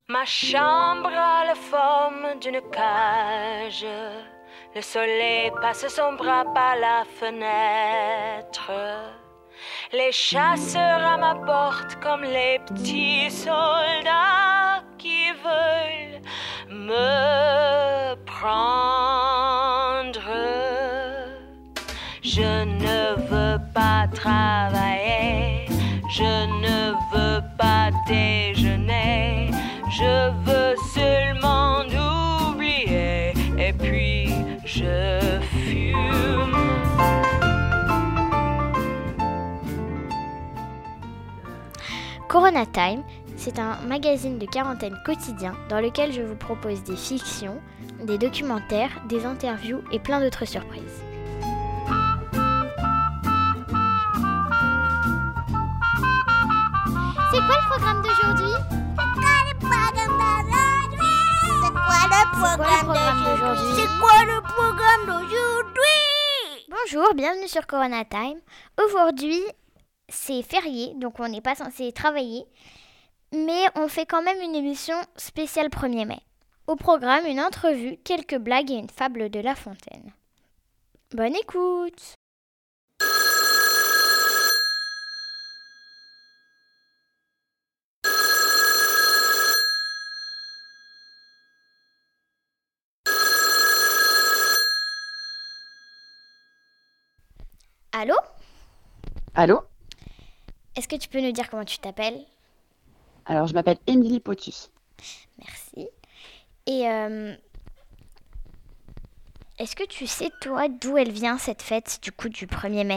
Ma chambre a la forme d'une cage. Le soleil passe son bras par la fenêtre. Les chasseurs à ma porte comme les petits soldats qui veulent me prendre. Je ne veux pas travailler, je ne veux pas déjeuner, je veux seulement oublier et puis je fume. Corona Time, c'est un magazine de quarantaine quotidien dans lequel je vous propose des fictions, des documentaires, des interviews et plein d'autres surprises. C'est quoi le programme d'aujourd'hui ? Bonjour, bienvenue sur Corona Time. Aujourd'hui, c'est férié, donc on n'est pas censé travailler, mais on fait quand même une émission spéciale 1er mai. Au programme, une entrevue, quelques blagues et une fable de La Fontaine. Bonne écoute! Allô ? Allô ? Est-ce que tu peux nous dire comment tu t'appelles ? Alors, je m'appelle Émilie Potus. Merci. Et est-ce que tu sais, toi, d'où elle vient cette fête, du coup, du 1er mai ?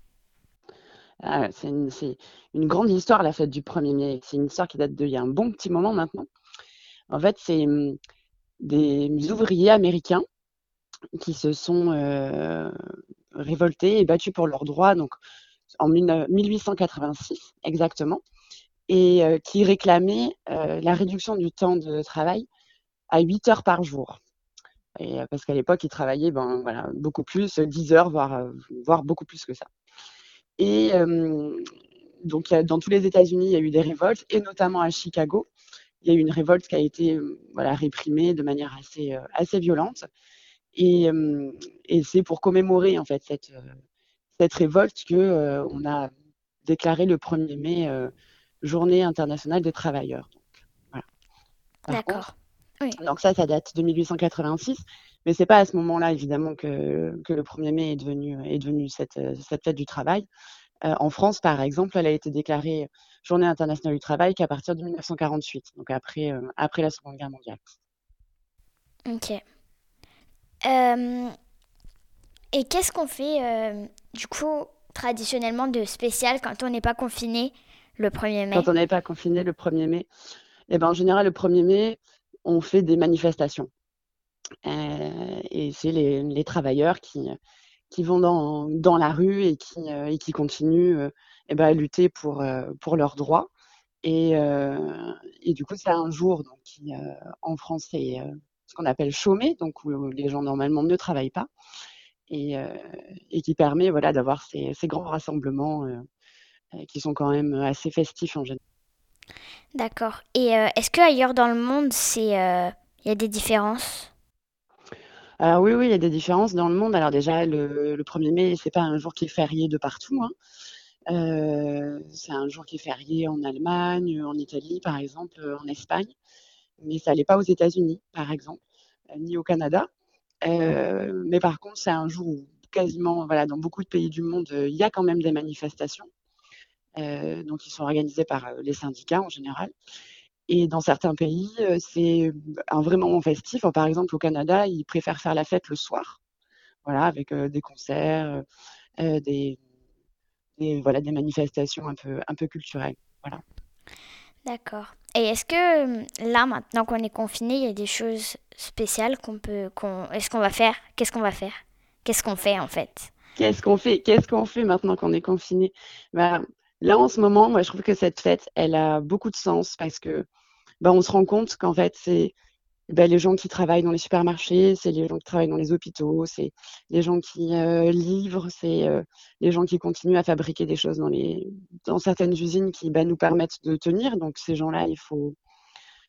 C'est une grande histoire, la fête du 1er mai. C'est une histoire qui date d'il y a un bon petit moment maintenant. En fait, c'est des ouvriers américains qui se sont révoltés et battus pour leurs droits, donc en 1886 exactement, et qui réclamaient la réduction du temps de travail à 8 heures par jour. Et, parce qu'à l'époque, ils travaillaient beaucoup plus, 10 heures, voire beaucoup plus que ça. Et donc, dans tous les États-Unis, il y a eu des révoltes, et notamment à Chicago. Il y a eu une révolte qui a été réprimée de manière assez violente. Et c'est pour commémorer en fait cette révolte qu'on a déclaré le 1er mai Journée internationale des travailleurs. Donc, voilà. D'accord. Oui. Donc ça date de 1886, mais c'est pas à ce moment-là évidemment que le 1er mai est devenu cette fête du travail. En France, par exemple, elle a été déclarée Journée internationale du travail qu'à partir de 1948, donc après la Seconde Guerre mondiale. Ok. Et qu'est-ce qu'on fait, du coup, traditionnellement de spécial quand on n'est pas confiné le 1er mai ? Quand on n'est pas confiné le 1er mai, en général, le 1er mai, on fait des manifestations. Et c'est les travailleurs qui vont dans la rue et qui continuent à lutter pour leurs droits. Et du coup, c'est un jour donc, qui, en France, est ce qu'on appelle chômé, donc où les gens normalement ne travaillent pas, et qui permet d'avoir ces grands rassemblements qui sont quand même assez festifs en général. D'accord. Et est-ce qu'ailleurs dans le monde, il y a des différences ? Alors oui, il y a des différences dans le monde. Alors déjà, le 1er mai, c'est pas un jour qui est férié de partout, hein. C'est un jour qui est férié en Allemagne, en Italie, par exemple, en Espagne, mais ça l'est pas aux États-Unis, par exemple, ni au Canada. Mais par contre, c'est un jour où quasiment, dans beaucoup de pays du monde, il y a quand même des manifestations, donc qui sont organisées par les syndicats en général. Et dans certains pays, c'est un vrai moment festif. Par exemple, au Canada, ils préfèrent faire la fête le soir, avec des concerts, des manifestations un peu culturelles. Voilà. D'accord. Et est-ce que là, maintenant qu'on est confiné, il y a des choses spéciales est-ce qu'on va faire ? Qu'est-ce qu'on va faire ? Qu'est-ce qu'on fait en fait ? Qu'est-ce qu'on fait maintenant qu'on est confiné ? Là, en ce moment, moi, je trouve que cette fête, elle a beaucoup de sens parce que on se rend compte qu'en fait, c'est les gens qui travaillent dans les supermarchés, c'est les gens qui travaillent dans les hôpitaux, c'est les gens qui livrent, c'est les gens qui continuent à fabriquer des choses dans certaines usines qui nous permettent de tenir. Donc ces gens-là, il faut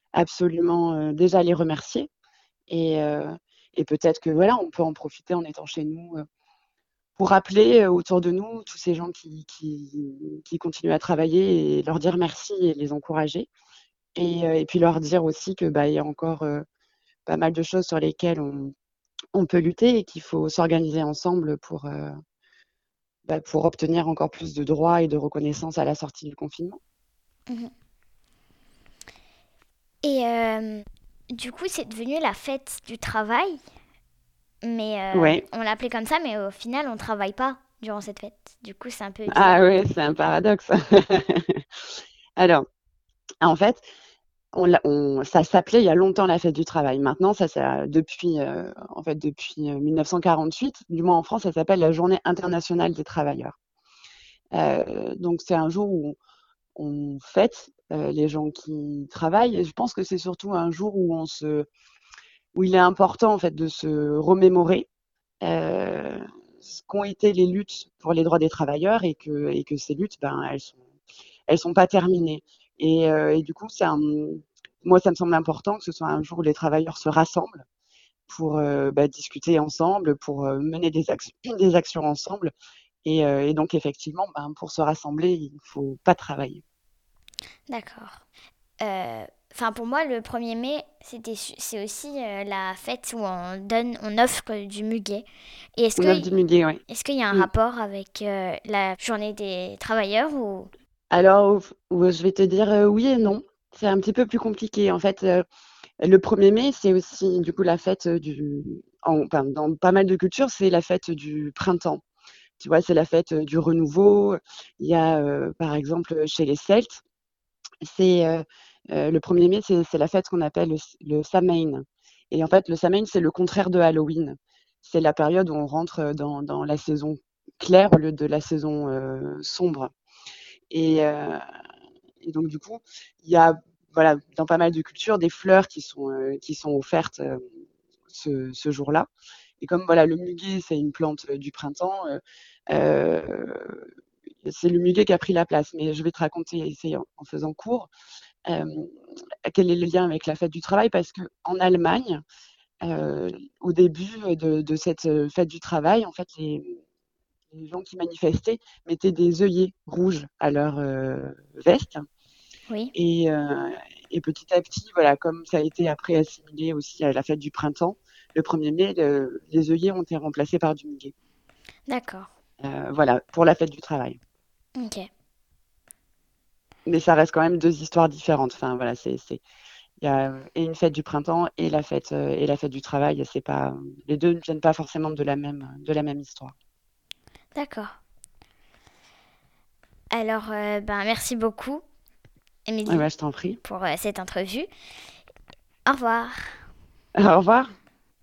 absolument déjà les remercier et, et peut-être que voilà, on peut en profiter en étant chez nous pour rappeler autour de nous tous ces gens qui continuent à travailler et leur dire merci et les encourager. Et puis leur dire aussi que bah, il y a encore pas mal de choses sur lesquelles on peut lutter et qu'il faut s'organiser ensemble pour obtenir encore plus de droits et de reconnaissance à la sortie du confinement. Mhm. Et du coup, c'est devenu la fête du travail, mais Ouais. on l'appelait comme ça, mais au final, on travaille pas durant cette fête. Du coup, c'est un peu Ah bizarre. ouais, c'est un paradoxe. Alors, en fait, ça s'appelait il y a longtemps la fête du travail. Maintenant, depuis 1948, du moins en France, ça s'appelle la Journée internationale des travailleurs. Donc c'est un jour où on fête les gens qui travaillent. Et je pense que c'est surtout un jour où il est important en fait de se remémorer ce qu'ont été les luttes pour les droits des travailleurs et que ces luttes, ben, elles sont pas terminées. Et du coup, moi, ça me semble important que ce soit un jour où les travailleurs se rassemblent pour discuter ensemble, pour mener des actions ensemble. Et donc, effectivement, ben, pour se rassembler, il ne faut pas travailler. D'accord. Enfin, pour moi, le 1er mai, c'est aussi la fête où on offre du muguet. Et On offre du muguet, oui. est-ce qu'il y a un Mm. rapport avec la journée des travailleurs ou... Alors, je vais te dire oui et non. C'est un petit peu plus compliqué. En fait, le 1er mai, c'est aussi du coup la fête enfin, dans pas mal de cultures, c'est la fête du printemps. Tu vois, c'est la fête du renouveau. Il y a, par exemple, chez les Celtes, le 1er mai, c'est la fête qu'on appelle le Samhain. Et en fait, le Samhain, c'est le contraire de Halloween. C'est la période où on rentre dans la saison claire au lieu de la saison sombre. Et, euh, et donc, du coup, il y a, voilà, dans pas mal de cultures, des fleurs qui sont offertes ce jour-là. Et comme voilà, le muguet, c'est une plante du printemps, c'est le muguet qui a pris la place. Mais je vais te raconter, essayer en faisant court, euh, quel est le lien avec la fête du travail. Parce qu'en Allemagne, au début de cette fête du travail, en fait, les gens qui manifestaient mettaient des œillets rouges à leur veste. Oui, Et, et petit à petit, voilà, comme ça a été après assimilé aussi à la fête du printemps, le 1er mai, les œillets ont été remplacés par du muguet. d'accord. Voilà, pour la fête du travail. Ok. Mais ça reste quand même deux histoires différentes. Enfin, voilà, il y a et une fête du printemps et la fête du travail. C'est pas, les deux ne viennent pas forcément de la même histoire. D'accord. Alors, ben, merci beaucoup, Ouais, Émilie, ouais, je t'en prie. pour cette entrevue. Au revoir. Au revoir.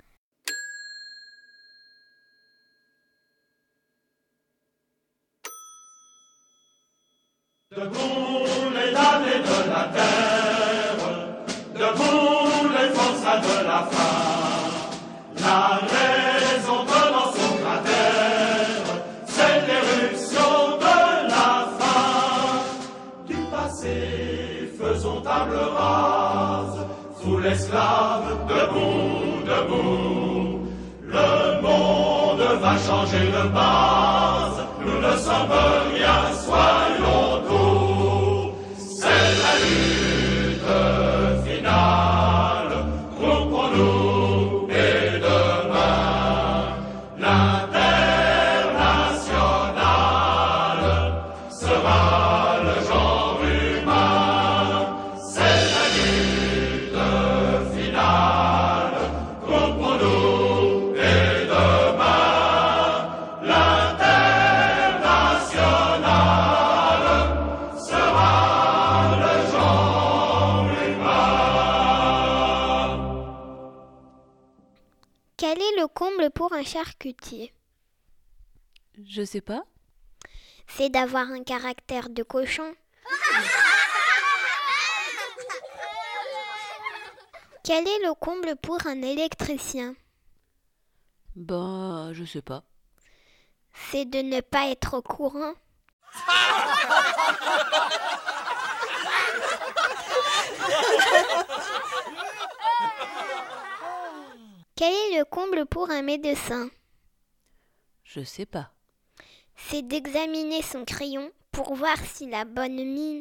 Debout les damnés de la terre, debout les forçats de la faim, la raison dans son cratère, c'est l'éruption de la faim. Du passé, faisons table rase, sous l'esclave, debout, debout. Le monde va changer de base, nous ne sommes rien, soyons tous. C'est la lutte finale, groupons-nous et demain, l'international sera le genre humain. C'est la lutte finale, groupons-nous et demain, l'international sera le genre humain. Quel est le comble pour un charcutier? Je sais pas. C'est d'avoir un caractère de cochon. Quel est le comble pour un électricien? Bah, je sais pas. C'est de ne pas être au courant. Quel est le comble pour un médecin? Je sais pas. C'est d'examiner son crayon pour voir s'il a bonne mine.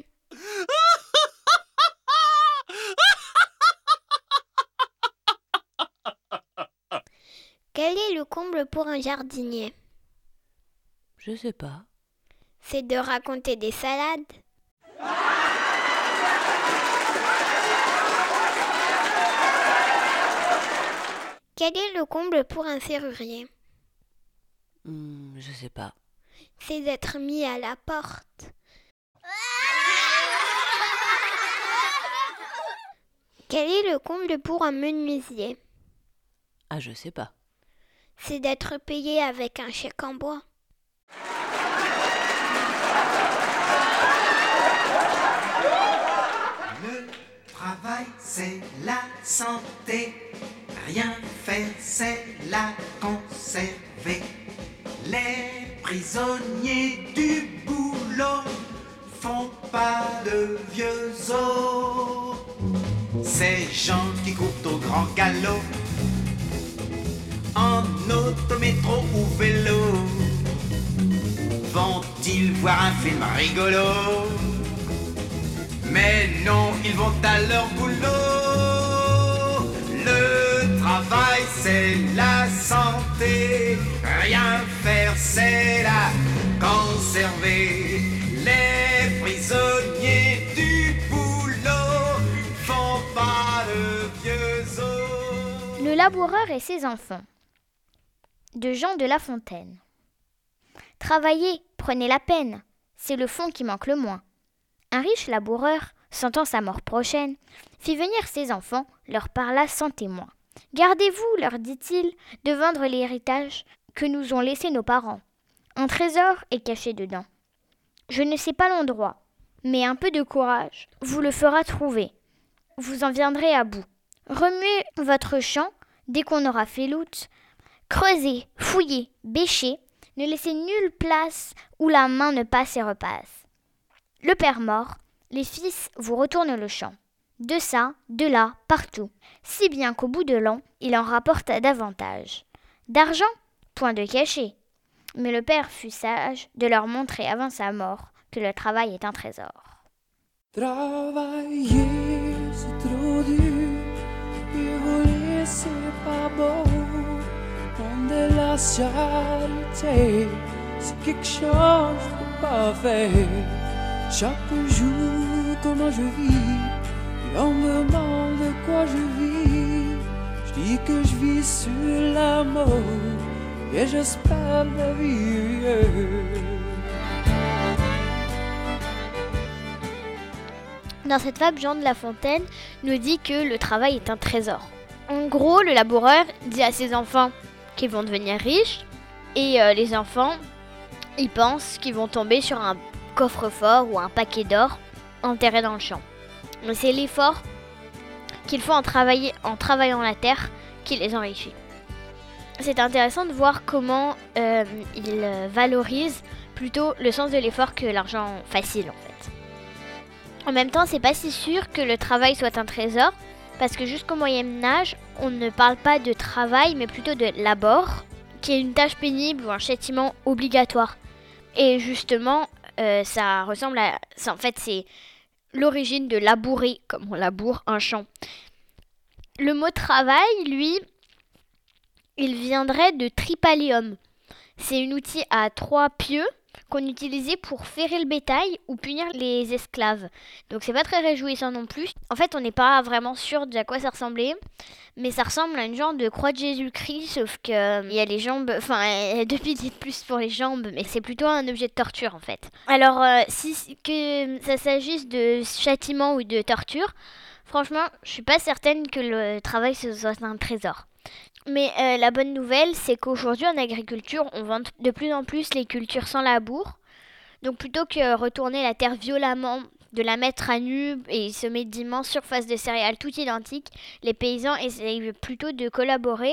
Quel est le comble pour un jardinier? Je sais pas. C'est de raconter des salades. Quel est le comble pour un serrurier? Je sais pas. C'est d'être mis à la porte. Quel est le comble pour un menuisier? Ah, je sais pas. C'est d'être payé avec un chèque en bois. Le travail, c'est la santé. Rien faire, c'est la conserver. Les prisonniers du boulot font pas de vieux os. Ces gens qui courent au grand galop, en auto, métro ou vélo, vont-ils voir un film rigolo? Mais non, ils vont à leur boulot. Le travail, c'est la santé. Rien faire, c'est la conserver. Les prisonniers du boulot font pas de vieux os. Le laboureur et ses enfants de Jean de La Fontaine. Travaillez, prenez la peine, c'est le fond qui manque le moins. Un riche laboureur, sentant sa mort prochaine, fit venir ses enfants, leur parla sans témoin. Gardez-vous, leur dit-il, de vendre l'héritage que nous ont laissé nos parents. Un trésor est caché dedans. Je ne sais pas l'endroit, mais un peu de courage vous le fera trouver. Vous en viendrez à bout. Remuez votre champ dès qu'on aura fait l'out. Creusez, fouillez, bêchez, ne laissez nulle place où la main ne passe et repasse. Le père mort, les fils vous retournent le champ. De ça, de là, partout, si bien qu'au bout de l'an, il en rapporte davantage. D'argent, point de cachet. Mais le père fut sage de leur montrer avant sa mort que le travail est un trésor. Travailler, c'est trop dur, et voler, c'est pas beau. On est la charité, c'est quelque chose de pas faire. Chaque jour, comment je vis, et on me demande de quoi je vis. Je dis que je vis sur l'amour, et j'espère la vie. Dans cette fable, Jean de La Fontaine nous dit que le travail est un trésor. En gros, le laboureur dit à ses enfants qu'ils vont devenir riches, et les enfants, ils pensent qu'ils vont tomber sur un coffre-fort ou un paquet d'or enterré dans le champ. Mais c'est l'effort qu'ils font en travaillant la terre qui les enrichit. C'est intéressant de voir comment ils valorisent plutôt le sens de l'effort que l'argent facile en fait. En même temps, c'est pas si sûr que le travail soit un trésor, parce que jusqu'au Moyen-Âge, on ne parle pas de travail, mais plutôt de labor, qui est une tâche pénible ou un châtiment obligatoire. Et justement, ça ressemble à... En fait, c'est l'origine de labourer, comme on laboure un champ. Le mot travail, lui, il viendrait de tripalium. C'est un outil à 3 pieux qu'on utilisait pour ferrer le bétail ou punir les esclaves. Donc c'est pas très réjouissant non plus. En fait, on n'est pas vraiment sûr de à quoi ça ressemblait, mais ça ressemble à une genre de croix de Jésus-Christ, sauf que il y a les jambes, enfin, il y a 2 piliers de plus pour les jambes, mais c'est plutôt un objet de torture en fait. Alors, si que ça s'agisse de châtiment ou de torture, franchement, je suis pas certaine que le travail ce soit un trésor. Mais la bonne nouvelle, c'est qu'aujourd'hui en agriculture, on vend de plus en plus les cultures sans labour. Donc plutôt que retourner la terre violemment, de la mettre à nu et semer d'immenses surfaces de céréales toutes identiques, les paysans essayent plutôt de collaborer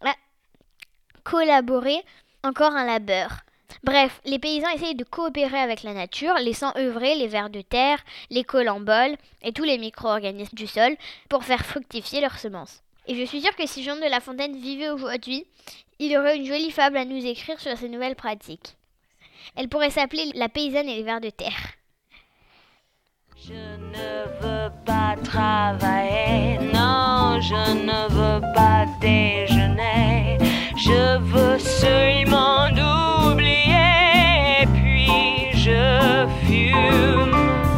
encore un labeur. Bref, les paysans essayent de coopérer avec la nature, laissant œuvrer les vers de terre, les colamboles et tous les micro-organismes du sol pour faire fructifier leurs semences. Et je suis sûre que si Jean de La Fontaine vivait aujourd'hui, il aurait une jolie fable à nous écrire sur ces nouvelles pratiques. Elle pourrait s'appeler La paysanne et les vers de terre. Je ne veux pas travailler, non, je ne veux pas déjeuner. Je veux seulement oublier, puis je fume.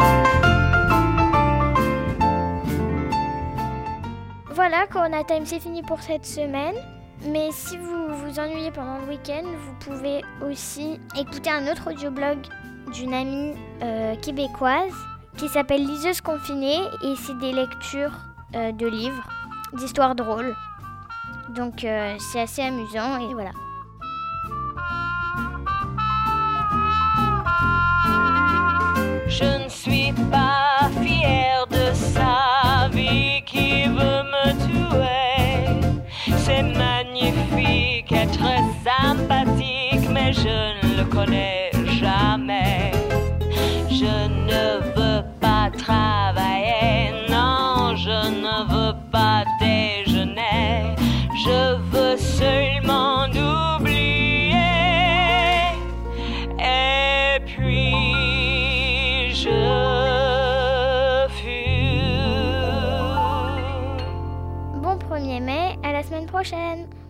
Voilà, Corona Time, c'est fini pour cette semaine. Mais si vous vous ennuyez pendant le week-end, vous pouvez aussi écouter un autre audioblog d'une amie québécoise qui s'appelle Liseuse Confinée et c'est des lectures de livres, d'histoires drôles. Donc c'est assez amusant et voilà. Je ne suis pas fière de sa vie qui veut me tuer. C'est magnifique et très sympathique, mais je ne le connais jamais. Je ne veux pas travailler, non, je ne veux pas déjeuner. Je veux seulement oublier. Et puis je fume. Bon 1er mai, à la semaine prochaine.